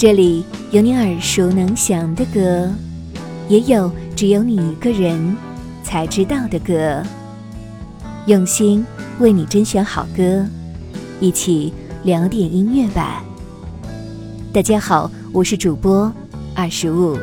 这里有你耳熟能详的歌，也有只有你一个人才知道的歌。用心为你甄选好歌，一起聊点音乐吧。大家好，我是主播25。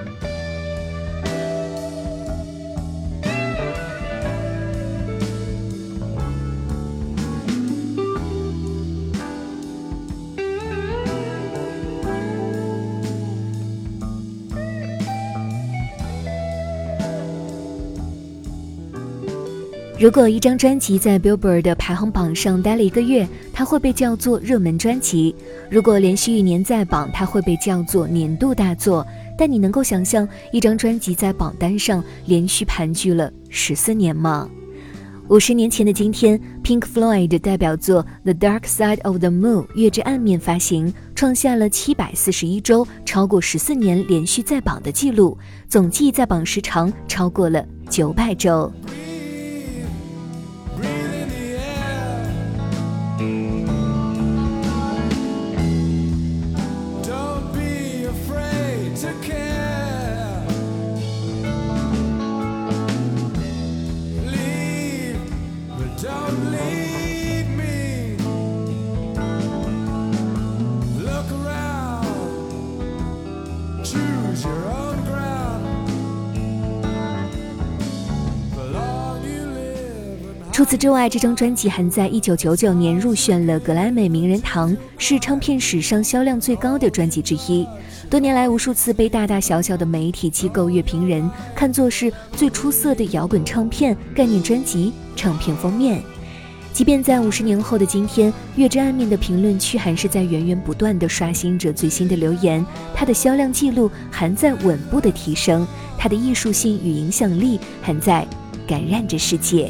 如果一张专辑在 Billboard 的排行榜上待了1个月，它会被叫做热门专辑；如果连续1年在榜，它会被叫做年度大作。但你能够想象一张专辑在榜单上连续盘踞了14年吗？50年前的今天， Pink Floyd 的代表作 The Dark Side of the Moon 月之暗面发行，创下了741周，超过14年连续在榜的记录，总计在榜时长超过了900周。除此之外，这张专辑还在1999年入选了格莱美名人堂，是唱片史上销量最高的专辑之一。多年来无数次被大大小小的媒体机构、乐评人看作是最出色的摇滚唱片、概念专辑、唱片封面。即便在50年后的今天，月之暗面的评论区还是在源源不断地刷新着最新的留言，它的销量记录还在稳步的提升，它的艺术性与影响力还在感染着世界。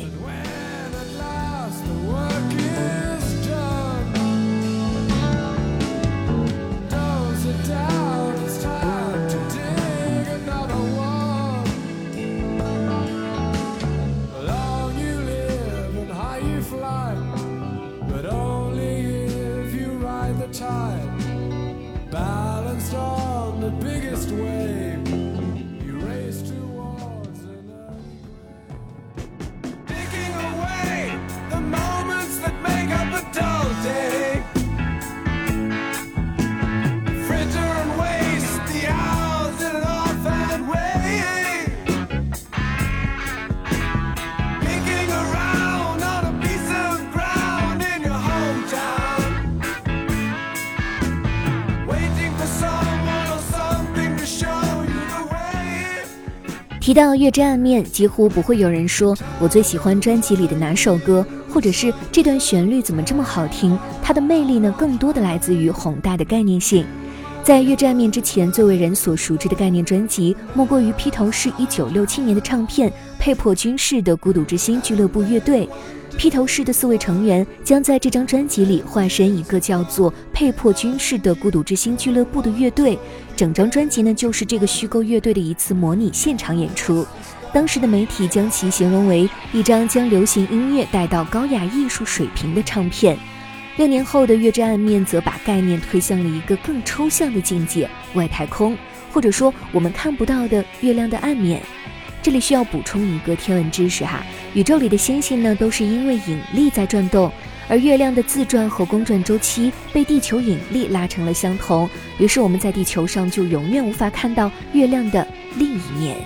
提到月之暗面，几乎不会有人说我最喜欢专辑里的哪首歌，或者是这段旋律怎么这么好听。它的魅力呢，更多的来自于宏大的概念性。在月之暗面之前，最为人所熟知的概念专辑莫过于披头士1967年的唱片《佩珀君士的孤独之心俱乐部乐队》。披头士的4位成员将在这张专辑里化身一个叫做佩珀君士的孤独之心俱乐部的乐队，整张专辑呢就是这个虚构乐队的一次模拟现场演出。当时的媒体将其形容为一张将流行音乐带到高雅艺术水平的唱片。6年后的月之暗面则把概念推向了一个更抽象的境界——外太空，或者说我们看不到的月亮的暗面。这里需要补充一个天文知识宇宙里的星星呢都是因为引力在转动，而月亮的自转和公转周期被地球引力拉成了相同，于是我们在地球上就永远无法看到月亮的另一面。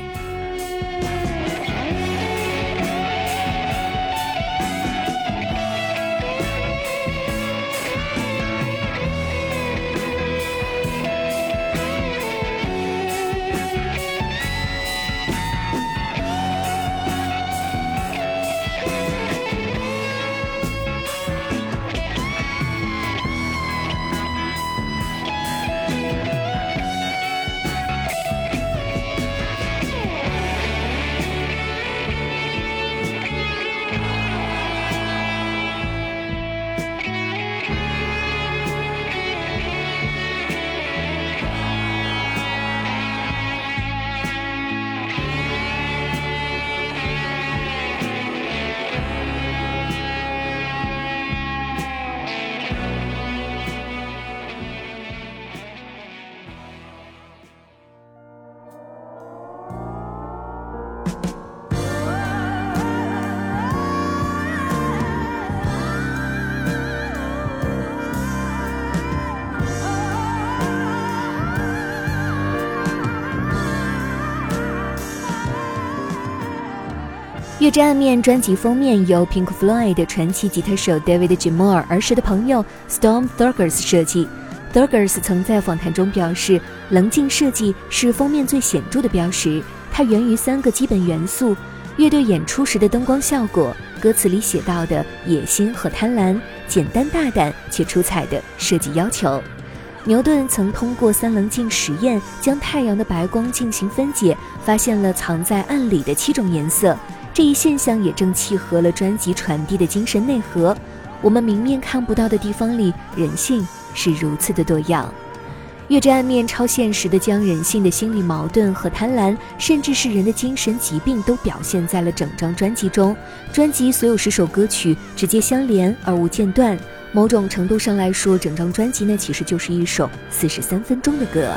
月之暗面专辑封面由 Pink Floyd 传奇吉他手 David Gilmour 儿时的朋友 Storm Thurgers 设计。Thurgers 曾在访谈中表示，棱镜设计是封面最显著的标识，它源于3个基本元素：乐队演出时的灯光效果，歌词里写到的野心和贪婪，简单大胆且出彩的设计要求。牛顿曾通过3棱镜实验，将太阳的白光进行分解，发现了藏在暗里的7种颜色。这一现象也正契合了专辑传递的精神内核。我们明面看不到的地方里，人性是如此的多样。月之暗面超现实地将人性的心理矛盾和贪婪，甚至是人的精神疾病都表现在了整张专辑中。专辑所有10首歌曲直接相连而无间断，某种程度上来说，整张专辑呢其实就是一首43分钟的歌。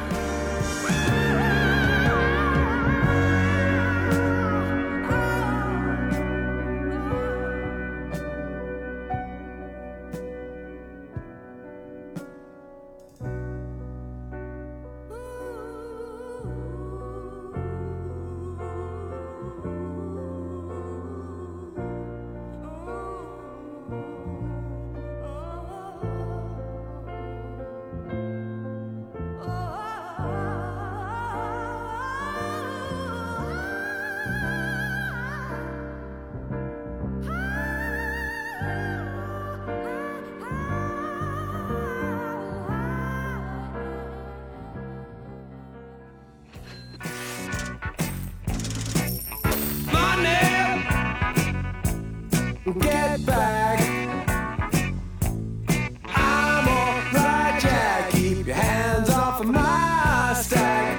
Get back. I'm alright, Jack. Keep your hands off of my stack.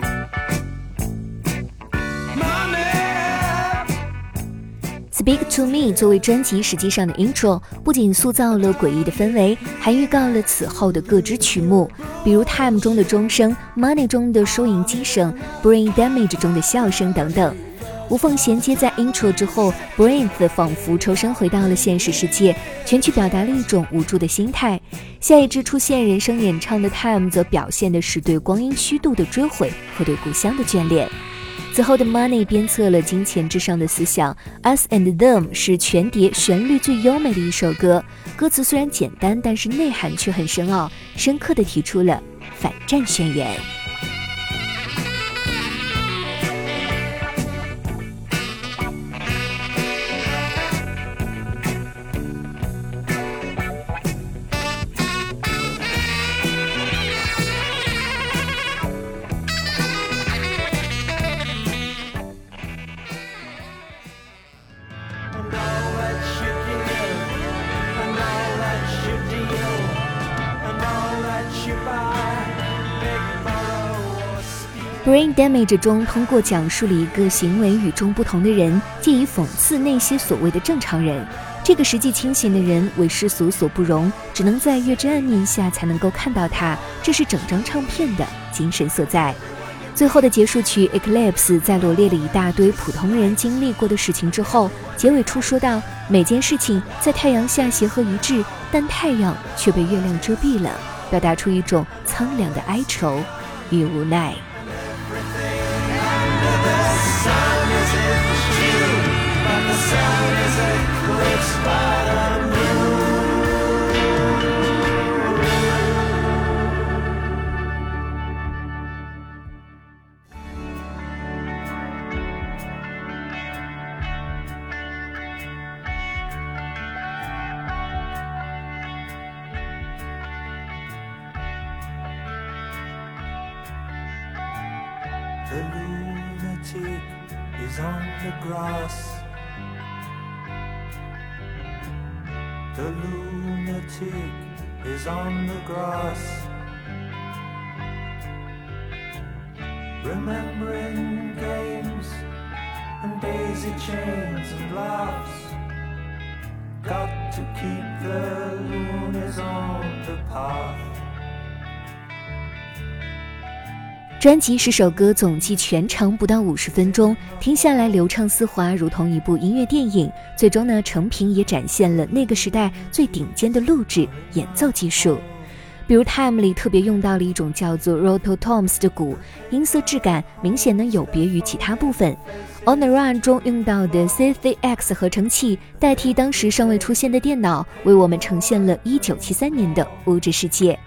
Speak to Me 作为专辑实际上的 intro， 不仅塑造了诡异的氛围，还预告了此后的各支曲目，比如 Time 中的钟声， Money 中的收银机声， Brain Damage 中的笑声等等。无缝衔接在 intro 之后， Brains 仿佛抽身回到了现实世界，全曲表达了一种无助的心态。下一支出现人声演唱的 Time 则表现的是对光阴虚度的追悔和对故乡的眷恋。此后的 Money 鞭策了金钱至上的思想， Us and Them 是全碟旋律最优美的一首歌，歌词虽然简单，但是内涵却很深奥，深刻地提出了反战宣言。Brain Damage 中通过讲述了一个行为与众不同的人，借以讽刺那些所谓的正常人。这个实际清醒的人为世俗所不容，只能在月之暗面下才能够看到他，这是整张唱片的精神所在。最后的结束曲 Eclipse 在罗列了一大堆普通人经历过的事情之后，结尾处说到，每件事情在太阳下协和一致，但太阳却被月亮遮蔽了，表达出一种苍凉的哀愁与无奈。 The lunatic is on the grass. The lunatic is on the grass. Remembering games and daisy chains and laughs. Got to keep the loonies on the path. 专辑10首歌总计全长不到50分钟，听下来流畅丝滑，如同一部音乐电影。最终呢，成品也展现了那个时代最顶尖的录制演奏技术。比如 Time 里特别用到了一种叫做 Rototoms 的鼓，音色质感明显呢有别于其他部分。 On the Run 中用到的 C3X 合成器代替当时尚未出现的电脑，为我们呈现了1973年的物质世界。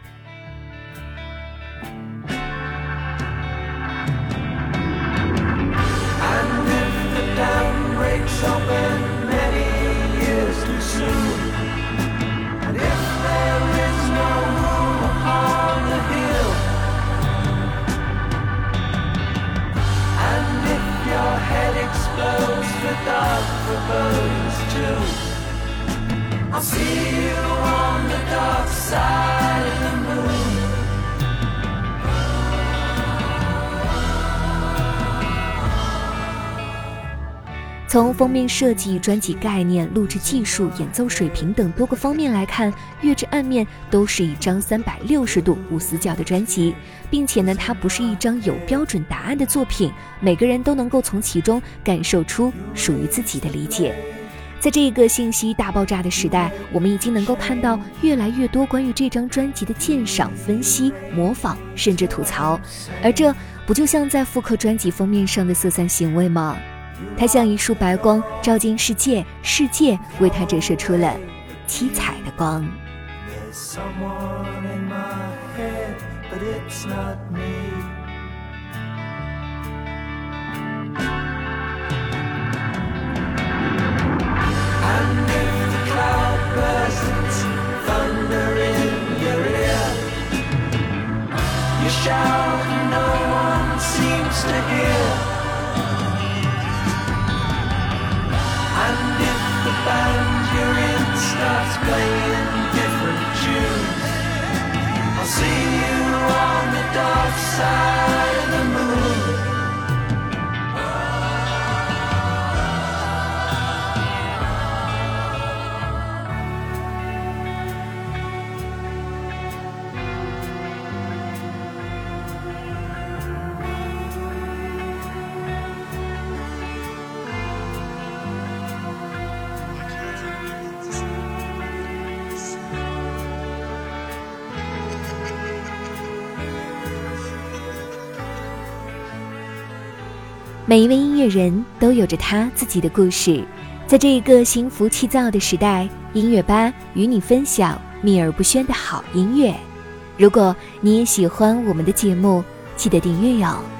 I'll see you on the dark side of the moon. 从封面设计、专辑概念、录制技术、演奏水平等多个方面来看，《月之暗面》都是一张360度无死角的专辑，并且呢，它不是一张有标准答案的作品，每个人都能够从其中感受出属于自己的理解。在这个信息大爆炸的时代，我们已经能够看到越来越多关于这张专辑的鉴赏、分析、模仿，甚至吐槽，而这不就像在复刻专辑封面上的色散行为吗？它像一束白光照进世界，世界为它折射出了七彩的光。 There's someone in my head, but it's not me. And if the cloud bursts, thunder in your ear, you shout and no one seems to hear. And if the band you're in starts playing different tunes, I'll see you on the dark side of the moon. 《每一位音乐人都有着他自己的故事，在这一个心浮气躁的时代，音乐吧与你分享秘而不宣的好音乐。如果你也喜欢我们的节目，记得订阅哟。